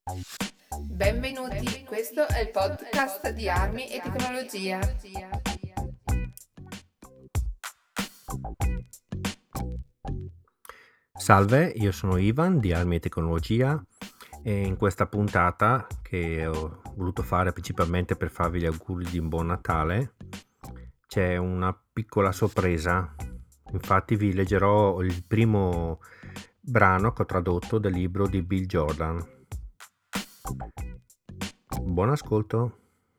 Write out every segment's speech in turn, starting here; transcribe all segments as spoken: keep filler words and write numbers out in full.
Benvenuti, questo è il podcast di Armi e Tecnologia. Salve, io sono Ivan di Armi e Tecnologia e in questa puntata, che ho voluto fare principalmente per farvi gli auguri di un buon Natale, c'è una piccola sorpresa. Infatti vi leggerò il primo brano che ho tradotto del libro di Bill Jordan. Buon ascolto.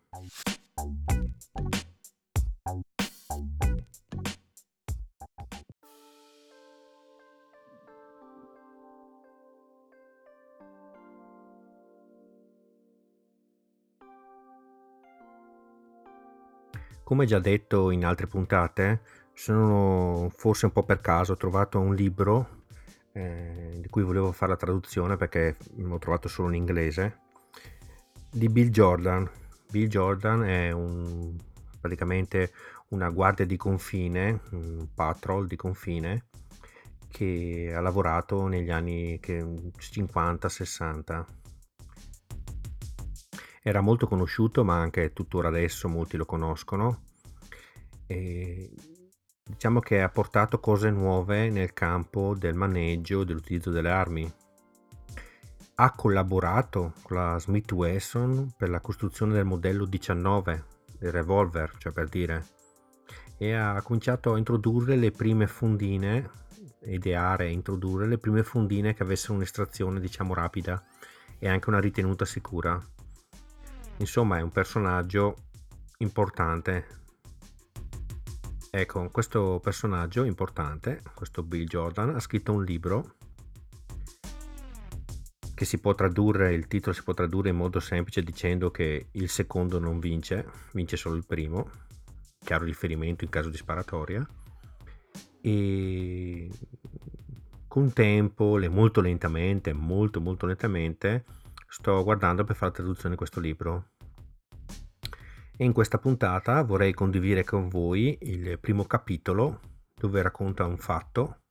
Come già detto in altre puntate, sono forse un po' per caso ho trovato un libro eh, di cui volevo fare la traduzione perché l'ho trovato solo in inglese, di Bill Jordan. Bill Jordan è un, praticamente una guardia di confine, un patrol di confine che ha lavorato negli anni cinquanta sessanta. Era molto conosciuto, ma anche tuttora adesso molti lo conoscono. E diciamo che ha portato cose nuove nel campo del maneggio e dell'utilizzo delle armi. Ha collaborato con la Smith Wesson per la costruzione del modello diciannove del revolver, cioè per dire, e ha cominciato a introdurre le prime fondine, ideare e introdurre le prime fondine che avessero un'estrazione, diciamo, rapida e anche una ritenuta sicura. Insomma, è un personaggio importante. Ecco, questo personaggio importante, questo Bill Jordan, ha scritto un libro che si può tradurre, il titolo si può tradurre in modo semplice dicendo che il secondo non vince, vince solo il primo, chiaro riferimento in caso di sparatoria, e con tempo, molto lentamente, molto molto lentamente, sto guardando per fare la traduzione di questo libro. E in questa puntata vorrei condividere con voi il primo capitolo dove racconta un fatto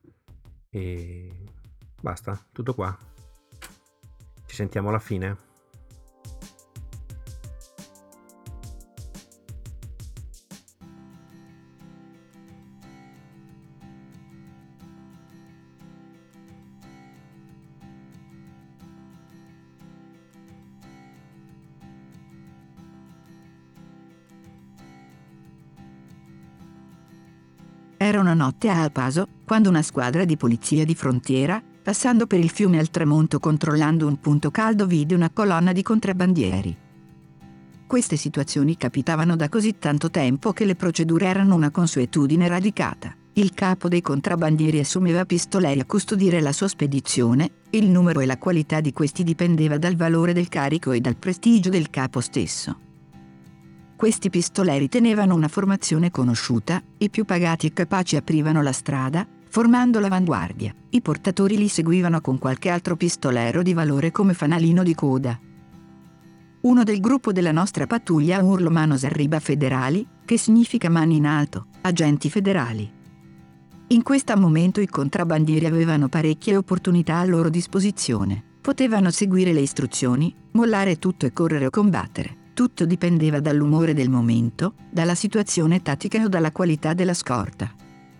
e basta, tutto qua. Ci sentiamo alla fine. Era una notte a El Paso, quando una squadra di polizia di frontiera, passando per il fiume al tramonto controllando un punto caldo, vide una colonna di contrabbandieri. Queste situazioni capitavano da così tanto tempo che le procedure erano una consuetudine radicata. Il capo dei contrabbandieri assumeva pistoleri a custodire la sua spedizione, il numero e la qualità di questi dipendeva dal valore del carico e dal prestigio del capo stesso. Questi pistoleri tenevano una formazione conosciuta, i più pagati e capaci aprivano la strada, formando l'avanguardia, i portatori li seguivano con qualche altro pistolero di valore come fanalino di coda. Uno del gruppo della nostra pattuglia urlò manos arriba federali, che significa mani in alto, agenti federali. In questo momento i contrabbandieri avevano parecchie opportunità a loro disposizione, potevano seguire le istruzioni, mollare tutto e correre o combattere. Tutto dipendeva dall'umore del momento, dalla situazione tattica o dalla qualità della scorta.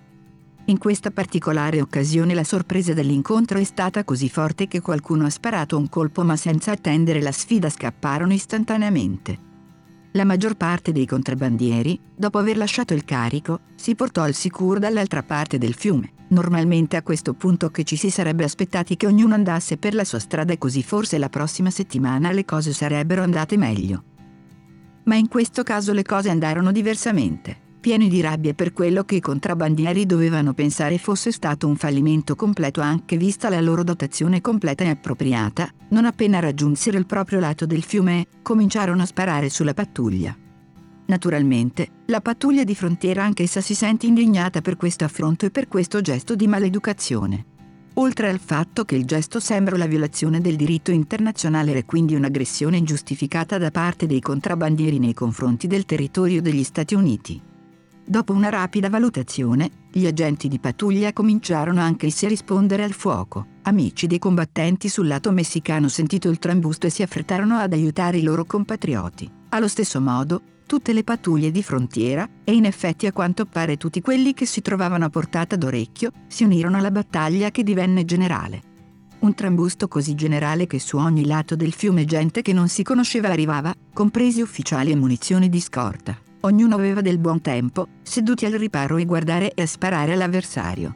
In questa particolare occasione la sorpresa dell'incontro è stata così forte che qualcuno ha sparato un colpo, ma senza attendere la sfida scapparono istantaneamente. La maggior parte dei contrabbandieri, dopo aver lasciato il carico, si portò al sicuro dall'altra parte del fiume. Normalmente a questo punto che ci si sarebbe aspettati che ognuno andasse per la sua strada e così forse la prossima settimana le cose sarebbero andate meglio. Ma in questo caso le cose andarono diversamente, pieni di rabbia per quello che i contrabbandieri dovevano pensare fosse stato un fallimento completo anche vista la loro dotazione completa e appropriata. Non appena raggiunsero il proprio lato del fiume, cominciarono a sparare sulla pattuglia. Naturalmente, la pattuglia di frontiera anch'essa si sente indignata per questo affronto e per questo gesto di maleducazione. Oltre al fatto che il gesto sembra la violazione del diritto internazionale e quindi un'aggressione ingiustificata da parte dei contrabbandieri nei confronti del territorio degli Stati Uniti. Dopo una rapida valutazione, gli agenti di pattuglia cominciarono anch'essi a rispondere al fuoco, Amici dei combattenti sul lato messicano sentito il trambusto e si affrettarono ad aiutare i loro compatrioti. Allo stesso modo, tutte le pattuglie di frontiera, e in effetti a quanto pare tutti quelli che si trovavano a portata d'orecchio, si unirono alla battaglia che divenne generale. Un trambusto così generale che su ogni lato del fiume gente che non si conosceva arrivava, compresi ufficiali e munizioni di scorta. Ognuno aveva del buon tempo, seduti al riparo e guardare e a sparare all'avversario.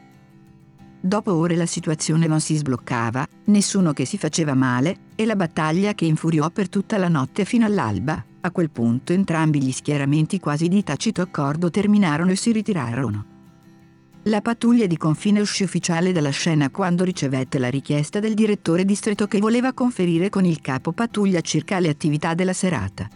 Dopo ore la situazione non si sbloccava, nessuno che si faceva male, e la battaglia che infuriò per tutta la notte fino all'alba. A quel punto entrambi gli schieramenti quasi di tacito accordo terminarono e si ritirarono. La pattuglia di confine uscì ufficiale dalla scena quando ricevette la richiesta del direttore distretto che voleva conferire con il capo pattuglia circa le attività della serata.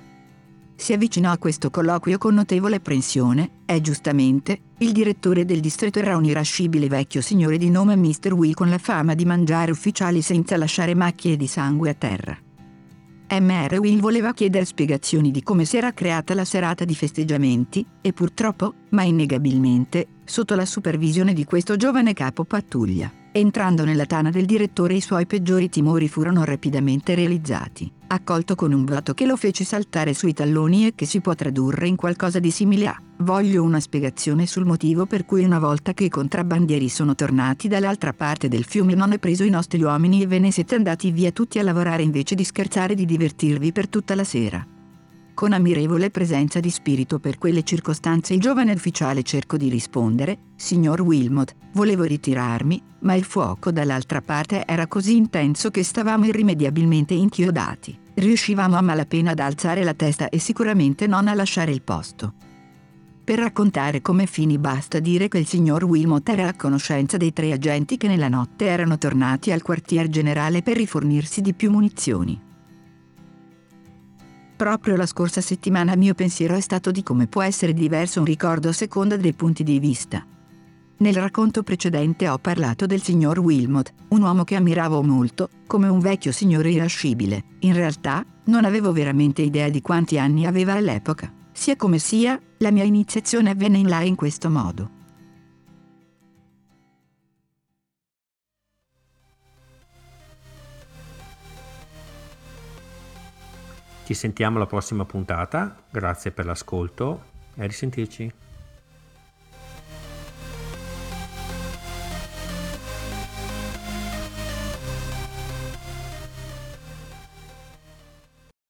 Si avvicinò a questo colloquio con notevole apprensione, e giustamente, il direttore del distretto era un irascibile vecchio signore di nome mister Will con la fama di mangiare ufficiali senza lasciare macchie di sangue a terra. mister Will voleva chiedere spiegazioni di come si era creata la serata di festeggiamenti, e purtroppo, ma innegabilmente, sotto la supervisione di questo giovane capo pattuglia, entrando nella tana del direttore i suoi peggiori timori furono rapidamente realizzati, accolto con un voto che lo fece saltare sui talloni e che si può tradurre in qualcosa di simile a: voglio una spiegazione sul motivo per cui una volta che i contrabbandieri sono tornati dall'altra parte del fiume non hai preso i nostri uomini e ve ne siete andati via tutti a lavorare invece di scherzare e di divertirvi per tutta la sera. Con ammirevole presenza di spirito per quelle circostanze il giovane ufficiale cercò di rispondere: signor Wilmot, volevo ritirarmi, ma il fuoco dall'altra parte era così intenso che stavamo irrimediabilmente inchiodati. Riuscivamo a malapena ad alzare la testa e sicuramente non a lasciare il posto. Per raccontare come finì basta dire che il signor Wilmot era a conoscenza dei tre agenti che nella notte erano tornati al quartier generale per rifornirsi di più munizioni. Proprio la scorsa settimana mio pensiero è stato di come può essere diverso un ricordo a seconda dei punti di vista. Nel racconto precedente ho parlato del signor Wilmot, un uomo che ammiravo molto, come un vecchio signore irascibile. In realtà, non avevo veramente idea di quanti anni aveva all'epoca. Sia come sia, la mia iniziazione avvenne in là in questo modo. Ci sentiamo alla prossima puntata, grazie per l'ascolto e a risentirci.